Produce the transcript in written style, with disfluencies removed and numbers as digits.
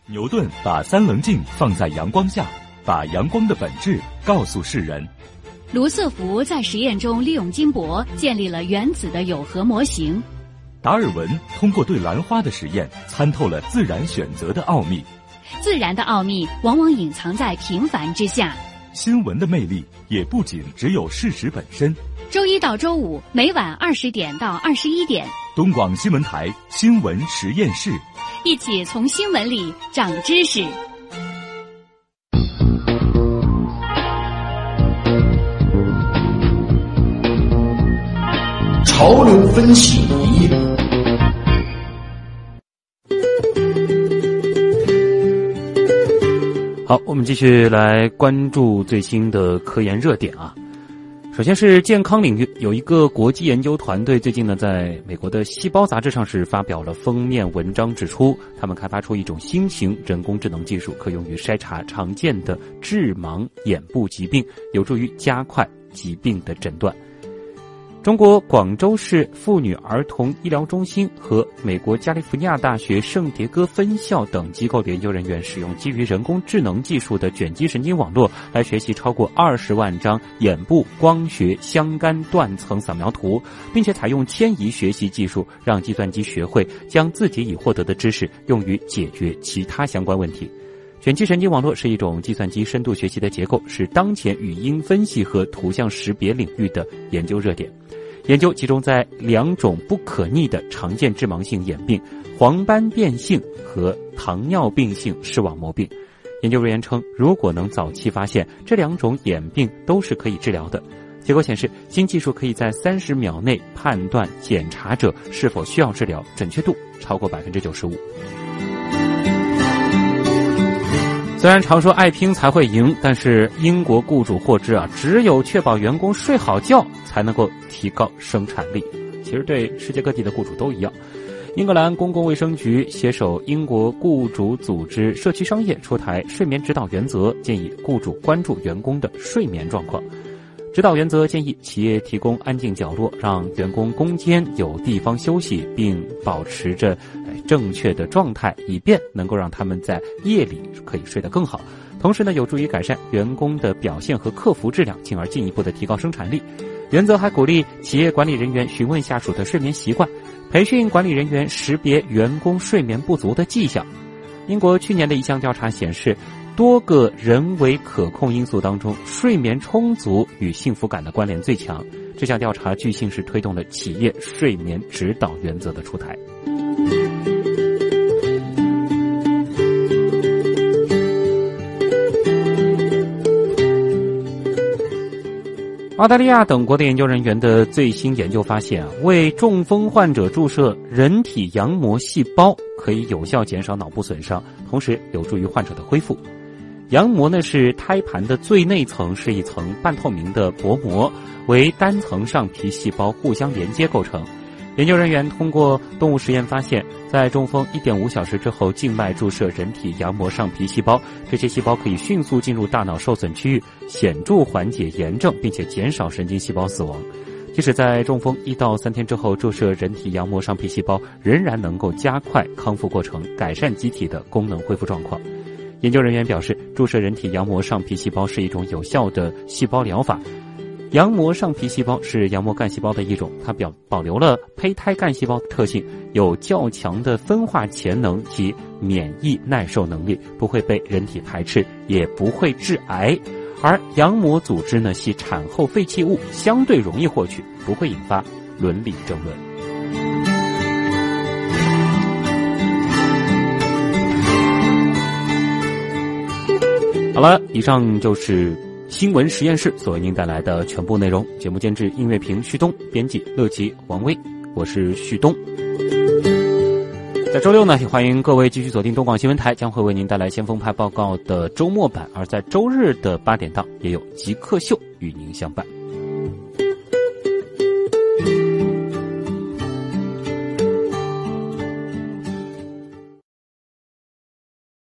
牛顿把三棱镜放在阳光下，把阳光的本质告诉世人。 卢瑟福在实验中利用金箔建立了原子的有核模型。 达尔文通过对兰花的实验参透了自然选择的奥秘。 自然的奥秘往往隐藏在平凡之下。 新闻的魅力也不仅只有事实本身。 周一到周五每晚20点到21点， 东广新闻台新闻实验室， 一起从新闻里长知识。 潮流分析仪。 好，我们继续来关注最新的科研热点啊。首先是健康领域，有一个国际研究团队最近呢，在美国的《细胞》杂志上是发表了封面文章，指出他们开发出一种新型人工智能技术，可用于筛查常见的致盲眼部疾病，有助于加快疾病的诊断。中国广州市妇女儿童医疗中心和美国加利福尼亚大学圣迭戈分校等机构的研究人员使用基于人工智能技术的卷积神经网络来学习超过20万张眼部光学相干断层扫描图，并且采用迁移学习技术，让计算机学会将自己已获得的知识用于解决其他相关问题。卷积神经网络是一种计算机深度学习的结构，是当前语音分析和图像识别领域的研究热点。研究集中在2种不可逆的常见致盲性眼病：黄斑变性和糖尿病性视网膜病。研究人员称，如果能早期发现，这2种眼病都是可以治疗的。结果显示，新技术可以在30秒内判断检查者是否需要治疗，准确度超过95%。虽然常说爱拼才会赢，但是英国雇主获知只有确保员工睡好觉才能够提高生产力。其实对世界各地的雇主都一样。英格兰公共卫生局携手英国雇主组织社区商业出台睡眠指导原则，建议雇主关注员工的睡眠状况。指导原则建议企业提供安静角落，让员工攻坚有地方休息，并保持着正确的状态，以便能够让他们在夜里可以睡得更好。同时呢，有助于改善员工的表现和客服质量，进而进一步的提高生产力。原则还鼓励企业管理人员询问下属的睡眠习惯，培训管理人员识别员工睡眠不足的迹象。英国去年的一项调查显示，多个人为可控因素当中，睡眠充足与幸福感的关联最强。这项调查据信是推动了企业睡眠指导原则的出台。澳大利亚等国的研究人员的最新研究发现为中风患者注射人体羊膜细胞可以有效减少脑部损伤，同时有助于患者的恢复。羊膜呢是胎盘的最内层，是一层半透明的薄膜，为单层上皮细胞互相连接构成。研究人员通过动物实验发现，在中风 1.5 小时之后静脉注射人体羊膜上皮细胞，这些细胞可以迅速进入大脑受损区域，显著缓解炎症，并且减少神经细胞死亡。即使在中风1到3天之后注射人体羊膜上皮细胞，仍然能够加快康复过程，改善机体的功能恢复状况。研究人员表示，注射人体羊膜上皮细胞是一种有效的细胞疗法。羊膜上皮细胞是羊膜干细胞的一种，它保留了胚胎干细胞的特性，有较强的分化潜能及免疫耐受能力，不会被人体排斥，也不会致癌。而羊膜组织呢，系产后废弃物，相对容易获取，不会引发伦理争论。好了，以上就是新闻实验室所为您带来的全部内容。节目监制音乐评旭东，编辑乐琪、王威，我是旭东。在周六呢，也欢迎各位继续锁定东广新闻台，将会为您带来先锋派报告的周末版，而在周日的8点档也有极客秀与您相伴。